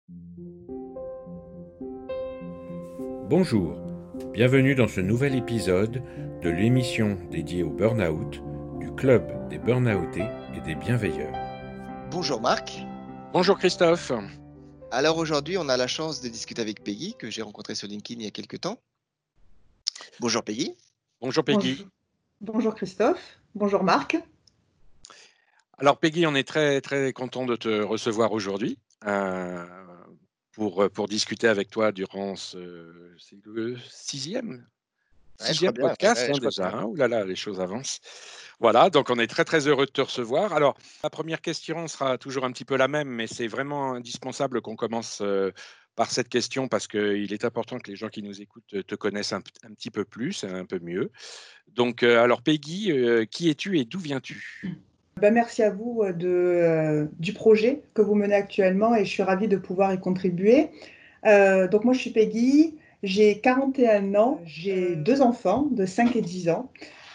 Bonjour, bienvenue dans ce nouvel épisode de l'émission dédiée au burn-out du Club des Burn-outés et des Bienveilleurs. Bonjour Marc. Bonjour Christophe. Alors aujourd'hui, on a la chance de discuter avec Peggy, que j'ai rencontrée sur LinkedIn il y a quelques temps. Bonjour Peggy. Bonjour Peggy. Bonjour Christophe. Bonjour Marc. Alors Peggy, on est très très content de te recevoir aujourd'hui pour discuter avec toi durant c'est le sixième podcast déjà. Ouh là là, les choses avancent. Voilà, donc on est très très heureux de te recevoir. Alors la première question sera toujours un petit peu la même, mais c'est vraiment indispensable qu'on commence par cette question parce qu'il est important que les gens qui nous écoutent te connaissent un petit peu plus, un peu mieux. Donc alors Peggy, qui es-tu et d'où viens-tu ? Merci à vous du projet que vous menez actuellement et je suis ravie de pouvoir y contribuer. Donc moi je suis Peggy, j'ai 41 ans, j'ai 2 enfants de 5 et 10 ans.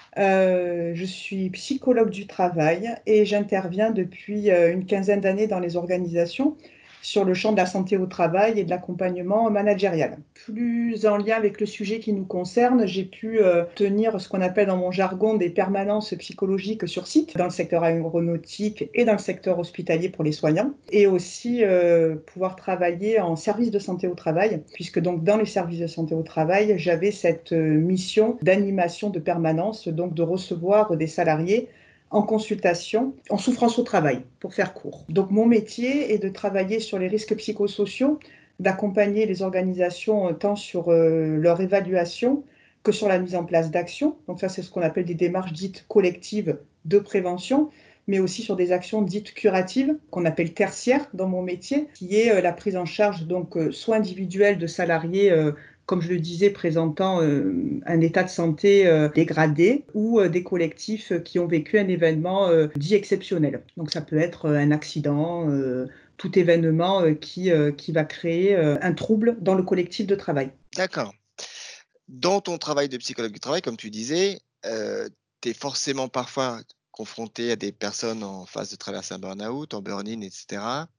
Je suis psychologue du travail et j'interviens depuis une quinzaine d'années dans les organisations sur le champ de la santé au travail et de l'accompagnement managérial. Plus en lien avec le sujet qui nous concerne, j'ai pu tenir ce qu'on appelle dans mon jargon des permanences psychologiques sur site, dans le secteur aéronautique et dans le secteur hospitalier pour les soignants, et aussi pouvoir travailler en service de santé au travail, puisque donc dans les services de santé au travail, j'avais cette mission d'animation de permanence, donc de recevoir des salariés en consultation, en souffrance au travail, pour faire court. Donc mon métier est de travailler sur les risques psychosociaux, d'accompagner les organisations tant sur leur évaluation que sur la mise en place d'actions. Donc ça, c'est ce qu'on appelle des démarches dites collectives de prévention, mais aussi sur des actions dites curatives, qu'on appelle tertiaires dans mon métier, qui est la prise en charge, donc soit individuelle de salariés comme je le disais, présentant un état de santé dégradé ou des collectifs qui ont vécu un événement dit exceptionnel. Donc ça peut être un accident, tout événement qui va créer un trouble dans le collectif de travail. D'accord. Dans ton travail de psychologue du travail, comme tu disais, tu es forcément parfois confronté à des personnes en phase de traverser un burn-out, en burn-in, etc.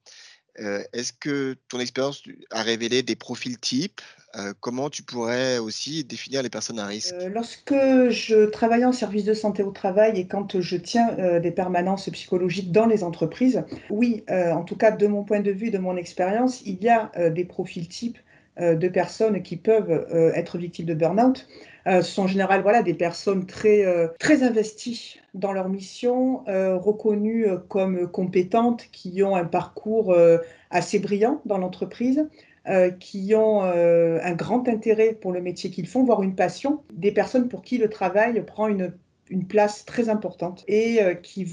Est-ce que ton expérience a révélé des profils types ? Comment tu pourrais aussi définir les personnes à risque ? Lorsque je travaillais en service de santé au travail et quand je tiens des permanences psychologiques dans les entreprises, oui, en tout cas de mon point de vue, de mon expérience, il y a des profils types de personnes qui peuvent être victimes de burn-out. Ce sont en général des personnes très investies dans leur mission, reconnues comme compétentes, qui ont un parcours assez brillant dans l'entreprise, qui ont un grand intérêt pour le métier qu'ils font, voire une passion, des personnes pour qui le travail prend une place très importante et qui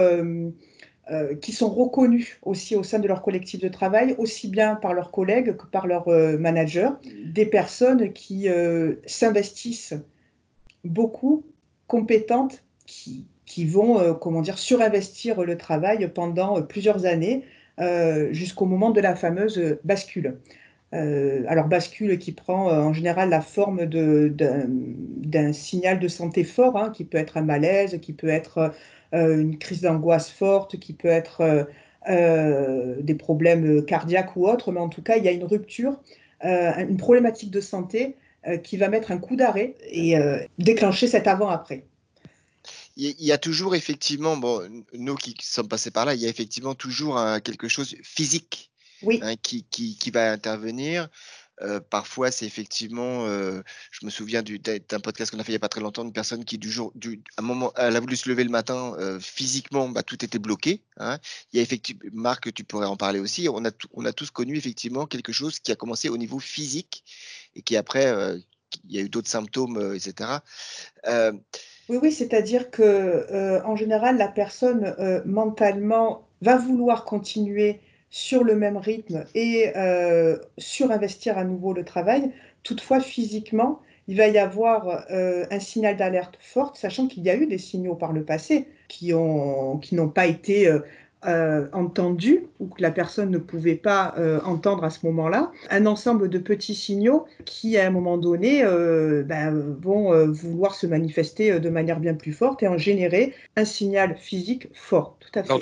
sont reconnus aussi au sein de leur collectif de travail, aussi bien par leurs collègues que par leurs managers, des personnes qui s'investissent beaucoup, compétentes, qui vont surinvestir le travail pendant plusieurs années jusqu'au moment de la fameuse bascule. Alors bascule qui prend en général la forme d'un signal de santé fort, qui peut être un malaise, qui peut être une crise d'angoisse forte, qui peut être des problèmes cardiaques ou autres, mais en tout cas, il y a une rupture, une problématique de santé qui va mettre un coup d'arrêt et déclencher cet avant-après. Il y a toujours effectivement, nous qui sommes passés par là, il y a effectivement toujours quelque chose physique qui va intervenir. Parfois, c'est effectivement, je me souviens d'un podcast qu'on a fait il n'y a pas très longtemps, une personne qui à un moment, elle a voulu se lever le matin, physiquement, tout était bloqué. Il y a effectivement, Marc, tu pourrais en parler aussi, on a tous connu effectivement quelque chose qui a commencé au niveau physique et qui après, il y a eu d'autres symptômes, etc. Oui, c'est-à-dire que en général, la personne mentalement va vouloir continuer sur le même rythme et surinvestir à nouveau le travail. Toutefois, physiquement, il va y avoir un signal d'alerte forte, sachant qu'il y a eu des signaux par le passé qui n'ont pas été entendus ou que la personne ne pouvait pas entendre à ce moment-là. Un ensemble de petits signaux qui, à un moment donné, vont vouloir se manifester de manière bien plus forte et en générer un signal physique fort. Tout à fait.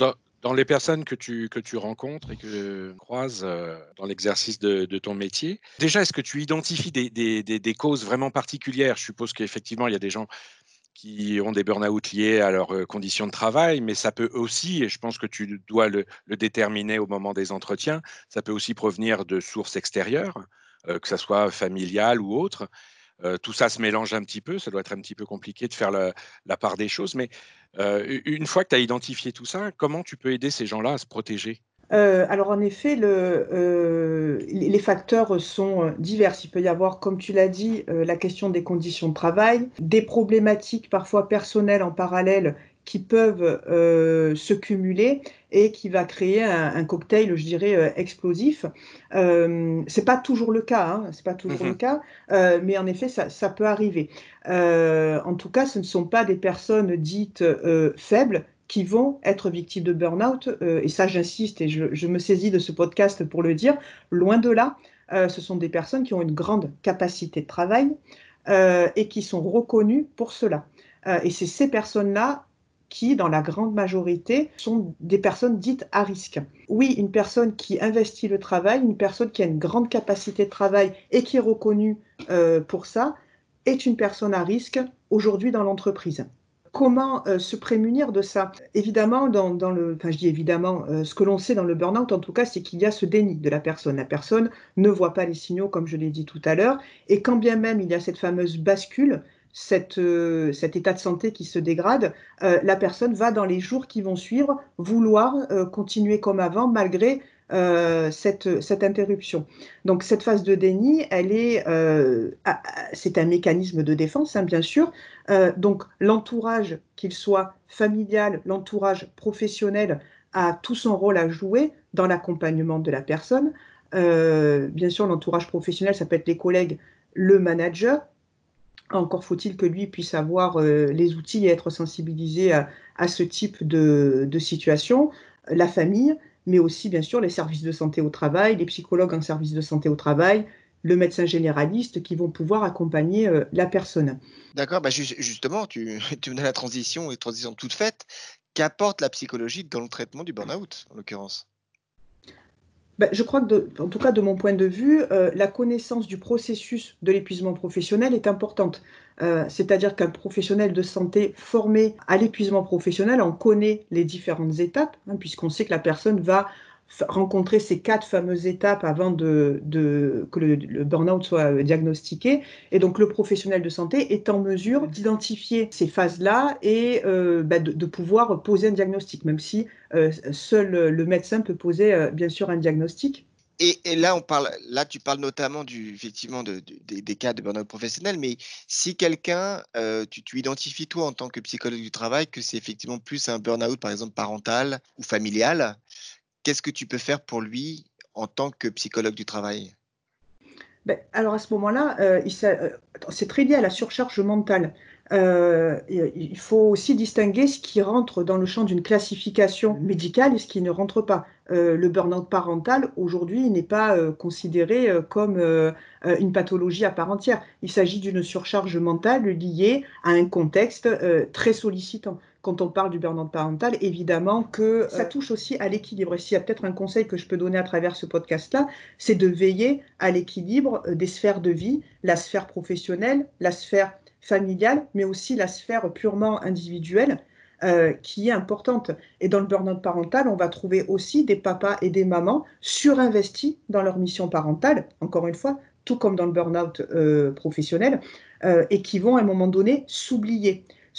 Dans les personnes que tu rencontres et que tu croises dans l'exercice de ton métier, déjà, est-ce que tu identifies des causes vraiment particulières? Je suppose qu'effectivement, il y a des gens qui ont des burn-out liés à leurs conditions de travail, mais ça peut aussi, et je pense que tu dois le déterminer au moment des entretiens, ça peut aussi provenir de sources extérieures, que ça soit familiales ou autres. Tout ça se mélange un petit peu, ça doit être un petit peu compliqué de faire la part des choses, mais une fois que tu as identifié tout ça, comment tu peux aider ces gens-là à se protéger? Alors en effet, les facteurs sont divers. Il peut y avoir, comme tu l'as dit, la question des conditions de travail, des problématiques parfois personnelles en parallèle qui peuvent se cumuler et qui va créer un cocktail, je dirais, explosif. C'est pas toujours le cas, hein, c'est pas toujours le cas, mais en effet, ça peut arriver. En tout cas, ce ne sont pas des personnes dites faibles qui vont être victimes de burn-out, et ça j'insiste et je me saisis de ce podcast pour le dire, loin de là, ce sont des personnes qui ont une grande capacité de travail et qui sont reconnues pour cela. Et c'est ces personnes-là qui, dans la grande majorité, sont des personnes dites à risque. Oui, une personne qui investit le travail, une personne qui a une grande capacité de travail et qui est reconnue pour ça, est une personne à risque aujourd'hui dans l'entreprise. Comment se prémunir de ça? Évidemment, je dis évidemment, ce que l'on sait dans le burn-out, en tout cas, c'est qu'il y a ce déni de la personne. La personne ne voit pas les signaux, comme je l'ai dit tout à l'heure, et quand bien même il y a cette fameuse bascule, cet état de santé qui se dégrade, la personne va, dans les jours qui vont suivre, vouloir continuer comme avant, malgré cette interruption. Donc cette phase de déni, c'est un mécanisme de défense, hein, bien sûr. Donc l'entourage, qu'il soit familial, l'entourage professionnel, a tout son rôle à jouer dans l'accompagnement de la personne. Bien sûr, l'entourage professionnel, ça peut être les collègues, le manager. Encore faut-il que lui puisse avoir les outils et être sensibilisé à ce type de situation. La famille, mais aussi bien sûr les services de santé au travail, les psychologues en service de santé au travail, le médecin généraliste qui vont pouvoir accompagner la personne. D'accord, bah justement, tu me donnes la transition, une transition toute faite. Qu'apporte la psychologie dans le traitement du burn-out, en l'occurrence? Je crois que, en tout cas de mon point de vue, la connaissance du processus de l'épuisement professionnel est importante. C'est-à-dire qu'un professionnel de santé formé à l'épuisement professionnel en connaît les différentes étapes, hein, puisqu'on sait que la personne va rencontrer ces 4 fameuses étapes avant que le burn-out soit diagnostiqué. Et donc, le professionnel de santé est en mesure d'identifier ces phases-là et de pouvoir poser un diagnostic, même si seul le médecin peut poser, bien sûr, un diagnostic. Et là, tu parles notamment effectivement des cas de burn-out professionnel, mais si quelqu'un, tu identifies toi en tant que psychologue du travail que c'est effectivement plus un burn-out, par exemple, parental ou familial, qu'est-ce que tu peux faire pour lui en tant que psychologue du travail? Alors à ce moment-là, c'est très lié à la surcharge mentale. Il faut aussi distinguer ce qui rentre dans le champ d'une classification médicale et ce qui ne rentre pas. Le burn-out parental, aujourd'hui, n'est pas considéré comme une pathologie à part entière. Il s'agit d'une surcharge mentale liée à un contexte très sollicitant. Quand on parle du burn-out parental, évidemment que ça touche aussi à l'équilibre. Et s'il y a peut-être un conseil que je peux donner à travers ce podcast-là, c'est de veiller à l'équilibre des sphères de vie, la sphère professionnelle, la sphère familiale, mais aussi la sphère purement individuelle, qui est importante. Et dans le burn-out parental, on va trouver aussi des papas et des mamans surinvestis dans leur mission parentale, encore une fois, tout comme dans le burn-out professionnel, et qui vont à un moment donné s'oublier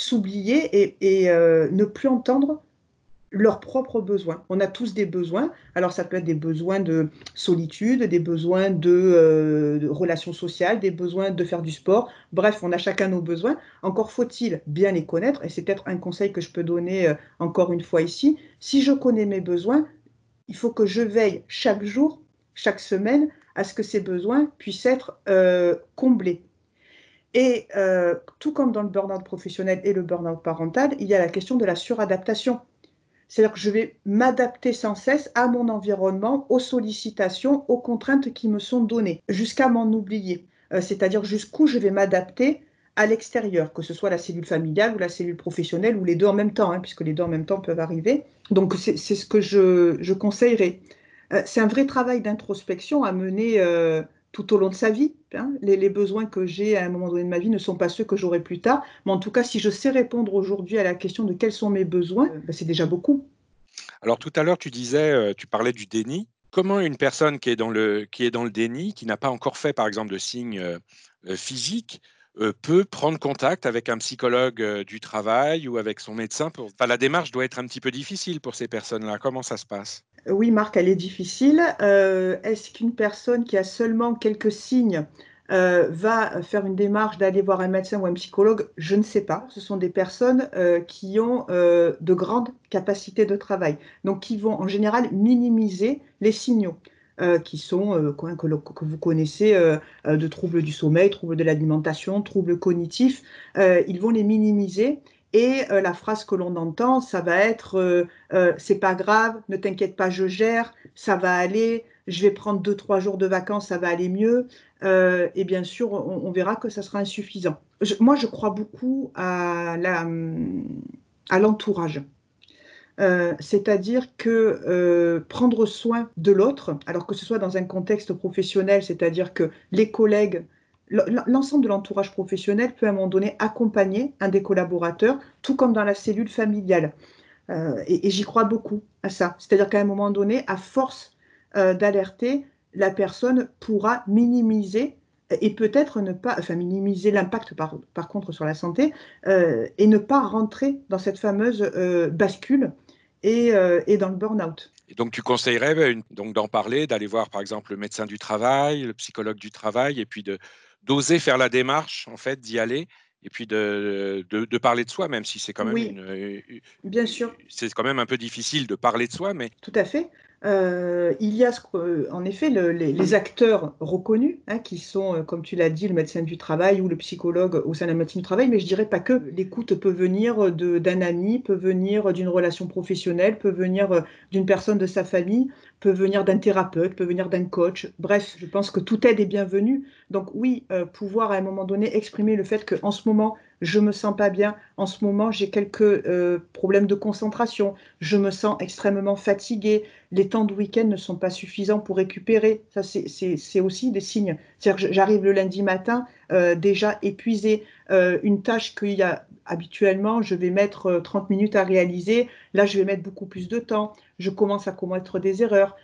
et ne plus entendre leurs propres besoins. On a tous des besoins. Alors, ça peut être des besoins de solitude, des besoins de relations sociales, des besoins de faire du sport. Bref, on a chacun nos besoins. Encore faut-il bien les connaître. Et c'est peut-être un conseil que je peux donner encore une fois ici. Si je connais mes besoins, il faut que je veille chaque jour, chaque semaine, à ce que ces besoins puissent être comblés. Et tout comme dans le burn-out professionnel et le burn-out parental, il y a la question de la suradaptation. C'est-à-dire que je vais m'adapter sans cesse à mon environnement, aux sollicitations, aux contraintes qui me sont données, jusqu'à m'en oublier. C'est-à-dire jusqu'où je vais m'adapter à l'extérieur, que ce soit la cellule familiale ou la cellule professionnelle, ou les deux en même temps, puisque les deux en même temps peuvent arriver. Donc, c'est ce que je conseillerais. C'est un vrai travail d'introspection à mener tout au long de sa vie. Les besoins que j'ai à un moment donné de ma vie ne sont pas ceux que j'aurai plus tard. Mais en tout cas, si je sais répondre aujourd'hui à la question de quels sont mes besoins, c'est déjà beaucoup. Alors tout à l'heure, tu parlais du déni. Comment une personne qui est dans le déni, qui n'a pas encore fait par exemple de signes physiques, peut prendre contact avec un psychologue du travail ou avec son médecin la démarche doit être un petit peu difficile pour ces personnes-là. Comment ça se passe? Oui, Marc, elle est difficile. Est-ce qu'une personne qui a seulement quelques signes va faire une démarche d'aller voir un médecin ou un psychologue? Je ne sais pas. Ce sont des personnes qui ont de grandes capacités de travail, donc qui vont en général minimiser les signaux. Qui sont, que vous connaissez, de troubles du sommeil, troubles de l'alimentation, troubles cognitifs. Ils vont les minimiser. Et la phrase que l'on entend, ça va être c'est pas grave, ne t'inquiète pas, je gère, ça va aller, je vais prendre 2-3 jours de vacances, ça va aller mieux. Et bien sûr, on verra que ça sera insuffisant. Moi, je crois beaucoup à l'entourage. C'est-à-dire que prendre soin de l'autre, alors que ce soit dans un contexte professionnel, c'est-à-dire que les collègues, l'ensemble de l'entourage professionnel peut à un moment donné accompagner un des collaborateurs, tout comme dans la cellule familiale. Et j'y crois beaucoup à ça. C'est-à-dire qu'à un moment donné, à force d'alerter, la personne pourra minimiser et peut-être ne pas, enfin minimiser l'impact par contre sur la santé et ne pas rentrer dans cette fameuse bascule et dans le burn-out. Et donc, tu conseillerais donc d'en parler, d'aller voir par exemple le médecin du travail, le psychologue du travail, et puis d'oser faire la démarche, en fait, d'y aller, et puis de parler de soi, même si c'est quand même bien sûr. C'est quand même un peu difficile de parler de soi, mais... Tout à fait. Il y a en effet les acteurs reconnus, qui sont, comme tu l'as dit, le médecin du travail ou le psychologue au sein de la médecine du travail, mais je dirais pas que. L'écoute peut venir d'un ami, peut venir d'une relation professionnelle, peut venir d'une personne de sa famille, peut venir d'un thérapeute, peut venir d'un coach. Bref, je pense que toute aide est bienvenue. Donc oui, pouvoir à un moment donné exprimer le fait qu'en ce moment, je me sens pas bien, en ce moment, j'ai quelques problèmes de concentration, je me sens extrêmement fatiguée, les temps de week-end ne sont pas suffisants pour récupérer. Ça, c'est aussi des signes. C'est-à-dire que j'arrive le lundi matin déjà épuisée. Une tâche qu'il y a habituellement, je vais mettre 30 minutes à réaliser. Là, je vais mettre beaucoup plus de temps. Je commence à commettre des erreurs.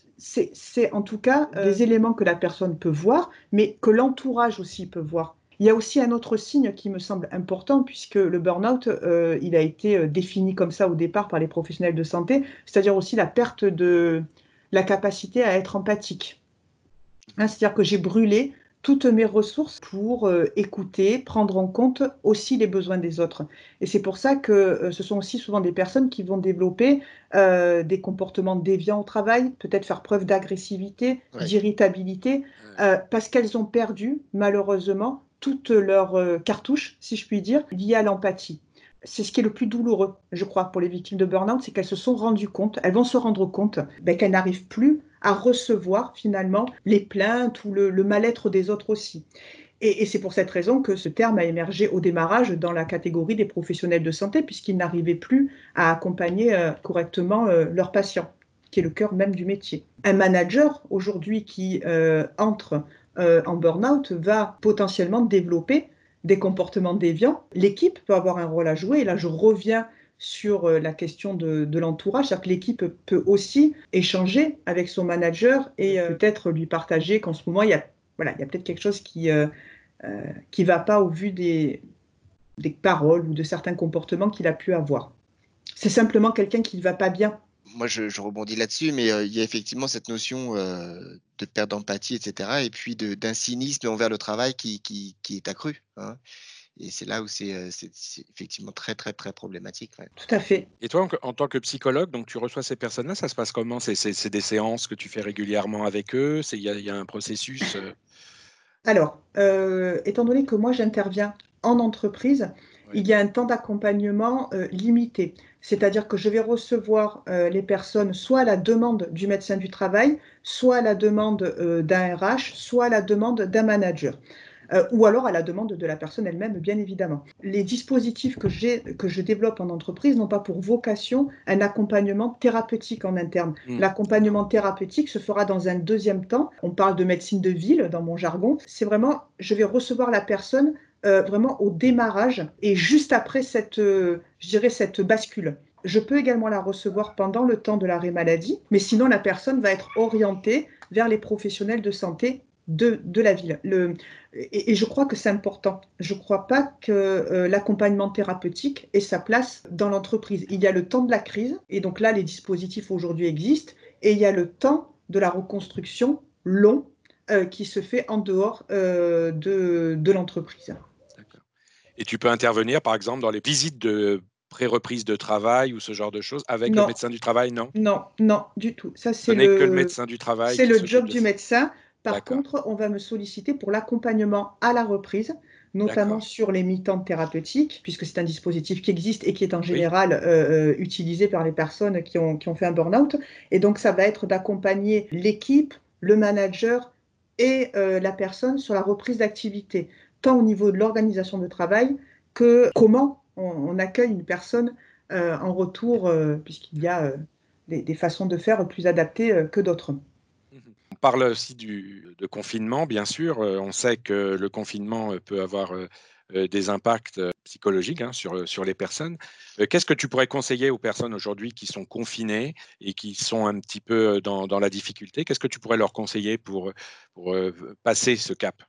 C'est en tout cas des éléments que la personne peut voir, mais que l'entourage aussi peut voir. Il y a aussi un autre signe qui me semble important, puisque le burn-out, il a été défini comme ça au départ par les professionnels de santé, c'est-à-dire aussi la perte de la capacité à être empathique. C'est-à-dire que j'ai brûlé toutes mes ressources pour écouter, prendre en compte aussi les besoins des autres. Et c'est pour ça que ce sont aussi souvent des personnes qui vont développer des comportements déviants au travail, peut-être faire preuve d'agressivité, d'irritabilité, parce qu'elles ont perdu, malheureusement, toutes leurs cartouches, si je puis dire, liées à l'empathie. C'est ce qui est le plus douloureux, je crois, pour les victimes de burn-out, c'est qu'elles se sont rendues compte, elles vont se rendre compte qu'elles n'arrivent plus à recevoir finalement les plaintes ou le mal-être des autres aussi. Et c'est pour cette raison que ce terme a émergé au démarrage dans la catégorie des professionnels de santé, puisqu'ils n'arrivaient plus à accompagner correctement leurs patients, qui est le cœur même du métier. Un manager aujourd'hui qui entre en burn-out va potentiellement développer des comportements déviants. L'équipe peut avoir un rôle à jouer, et là je reviens sur la question de l'entourage, c'est-à-dire que l'équipe peut aussi échanger avec son manager et peut-être lui partager qu'en ce moment, il y a peut-être quelque chose qui va pas au vu des paroles ou de certains comportements qu'il a pu avoir. C'est simplement quelqu'un qui ne va pas bien. Moi, je rebondis là-dessus, mais il y a effectivement cette notion de perte d'empathie, etc., et puis d'un cynisme envers le travail qui est accru. Et c'est là où c'est effectivement très, très, très problématique. Tout à fait. Et toi, en tant que psychologue, donc tu reçois ces personnes-là, ça se passe comment? C'est des séances que tu fais régulièrement avec eux? Il y a un processus Alors, étant donné que moi, j'interviens en entreprise, il y a un temps d'accompagnement limité. C'est-à-dire que je vais recevoir les personnes soit à la demande du médecin du travail, soit à la demande d'un RH, soit à la demande d'un manager. ou alors à la demande de la personne elle-même, bien évidemment. Les dispositifs que je développe en entreprise n'ont pas pour vocation un accompagnement thérapeutique en interne. L'accompagnement thérapeutique se fera dans un deuxième temps. On parle de médecine de ville dans mon jargon. C'est vraiment, je vais recevoir la personne vraiment au démarrage et juste après cette bascule. Je peux également la recevoir pendant le temps de l'arrêt maladie, mais sinon la personne va être orientée vers les professionnels de santé de la ville. Et je crois que c'est important. Je ne crois pas que l'accompagnement thérapeutique ait sa place dans l'entreprise. Il y a le temps de la crise, et donc là, les dispositifs aujourd'hui existent, et il y a le temps de la reconstruction long qui se fait en dehors de l'entreprise. D'accord. Et tu peux intervenir, par exemple, dans les visites de pré-reprise de travail ou ce genre de choses avec le médecin du travail, non? Non, du tout. Ça, ce n'est que le médecin du travail. C'est le job du médecin. Par contre, on va me solliciter pour l'accompagnement à la reprise, notamment sur les mi-temps thérapeutiques, puisque c'est un dispositif qui existe et qui est en général utilisé par les personnes qui ont fait un burn-out. Et donc, ça va être d'accompagner l'équipe, le manager et la personne sur la reprise d'activité, tant au niveau de l'organisation de travail que comment on accueille une personne en retour, puisqu'il y a des façons de faire plus adaptées que d'autres. On parle aussi de confinement, bien sûr. On sait que le confinement peut avoir des impacts psychologiques sur les personnes. Qu'est-ce que tu pourrais conseiller aux personnes aujourd'hui qui sont confinées et qui sont un petit peu dans la difficulté? Qu'est-ce que tu pourrais leur conseiller pour passer ce cap?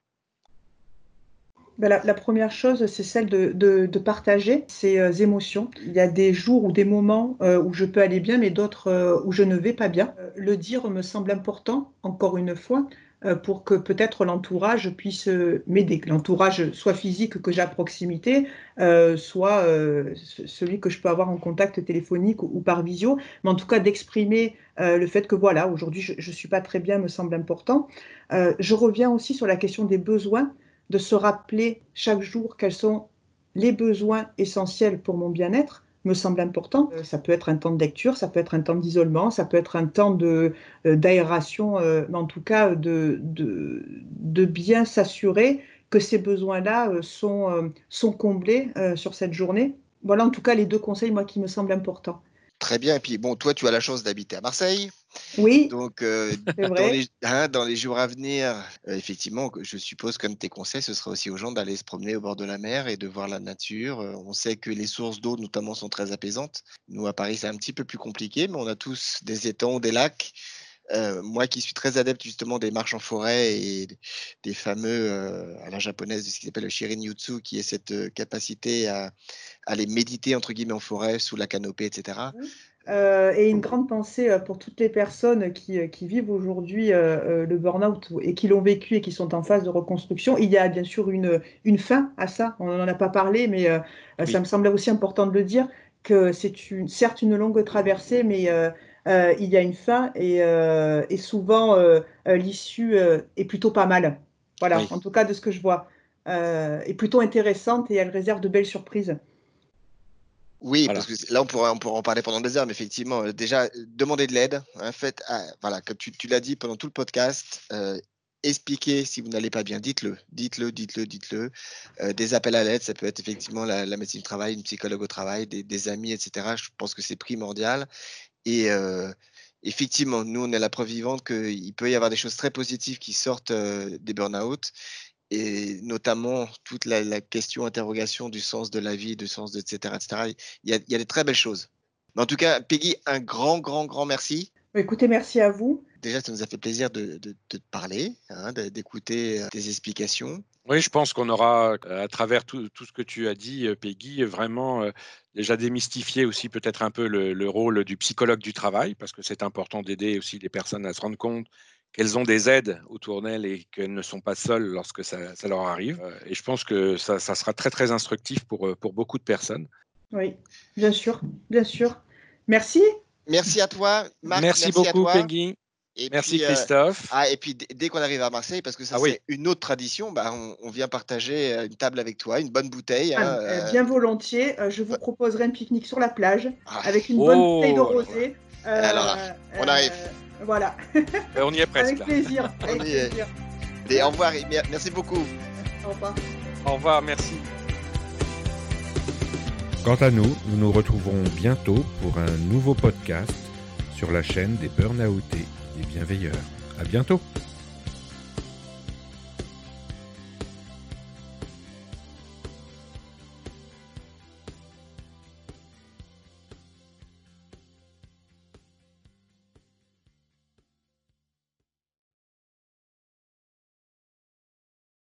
La première chose, c'est celle de partager ses émotions. Il y a des jours ou des moments où je peux aller bien, mais d'autres où je ne vais pas bien. Le dire me semble important, encore une fois, pour que peut-être l'entourage puisse m'aider. L'entourage soit physique que j'ai à proximité, soit celui que je peux avoir en contact téléphonique ou par visio. Mais en tout cas, d'exprimer le fait que voilà, aujourd'hui, je ne suis pas très bien me semble important. Je reviens aussi sur la question des besoins, de se rappeler chaque jour quels sont les besoins essentiels pour mon bien-être, me semble important. Ça peut être un temps de lecture, ça peut être un temps d'isolement, ça peut être un temps d'aération, mais en tout cas de bien s'assurer que ces besoins-là sont comblés sur cette journée. Voilà en tout cas les deux conseils, moi, qui me semblent importants. Très bien. Et puis, bon, toi, tu as la chance d'habiter à Marseille. Oui. Donc, dans les jours à venir, effectivement, je suppose, comme tes conseils, ce sera aussi aux gens d'aller se promener au bord de la mer et de voir la nature. On sait que les sources d'eau, notamment, sont très apaisantes. Nous, à Paris, c'est un petit peu plus compliqué, mais on a tous des étangs, des lacs. Moi qui suis très adepte justement des marches en forêt et des fameux, à la japonaise, de ce qui s'appelle le Shirin-Jutsu, qui est cette capacité à aller méditer entre guillemets en forêt, sous la canopée, etc. Et une grande pensée pour toutes les personnes qui vivent aujourd'hui le burn-out et qui l'ont vécu et qui sont en phase de reconstruction. Il y a bien sûr une fin à ça, on n'en a pas parlé, mais ça me semblait aussi important de le dire, que c'est certes une longue traversée, mais il y a une fin et souvent l'issue est plutôt pas mal. Voilà, en tout cas de ce que je vois. Est plutôt intéressante et elle réserve de belles surprises. Oui, voilà. Parce que là, on pourra en parler pendant des heures, mais effectivement, déjà, demander de l'aide. Voilà, comme tu l'as dit pendant tout le podcast, expliquez si vous n'allez pas bien, dites-le. Des appels à l'aide, ça peut être effectivement la médecine du travail, une psychologue au travail, des amis, etc. Je pense que c'est primordial. Et effectivement, nous, on est la preuve vivante qu'il peut y avoir des choses très positives qui sortent des burn-out. Et notamment toute la question, interrogation du sens de la vie, du sens de etc. Il y a des très belles choses. Mais en tout cas, Peggy, un grand merci. Écoutez, merci à vous. Déjà, ça nous a fait plaisir de te parler, d'écouter tes explications. Oui, je pense qu'on aura, à travers tout ce que tu as dit, Peggy, vraiment déjà démystifié aussi peut-être un peu le rôle du psychologue du travail, parce que c'est important d'aider aussi les personnes à se rendre compte qu'elles ont des aides autour d'elles et qu'elles ne sont pas seules lorsque ça leur arrive. Et je pense que ça sera très, très instructif pour beaucoup de personnes. Oui, bien sûr. Merci. Merci à toi, Marc. Merci beaucoup, Peggy. Merci, Christophe. Et puis, dès qu'on arrive à Marseille, parce que ça, c'est une autre tradition, on vient partager une table avec toi, une bonne bouteille. Bien volontiers. Je vous proposerai un pique-nique sur la plage avec une bonne bouteille de rosé. Alors, on arrive. Voilà. On y est presque. Avec plaisir. Et au revoir et merci beaucoup. Au Au revoir. Au revoir, merci. Quant à nous, nous nous retrouverons bientôt pour un nouveau podcast sur la chaîne des Burnoutés, des bienveilleurs. À bientôt.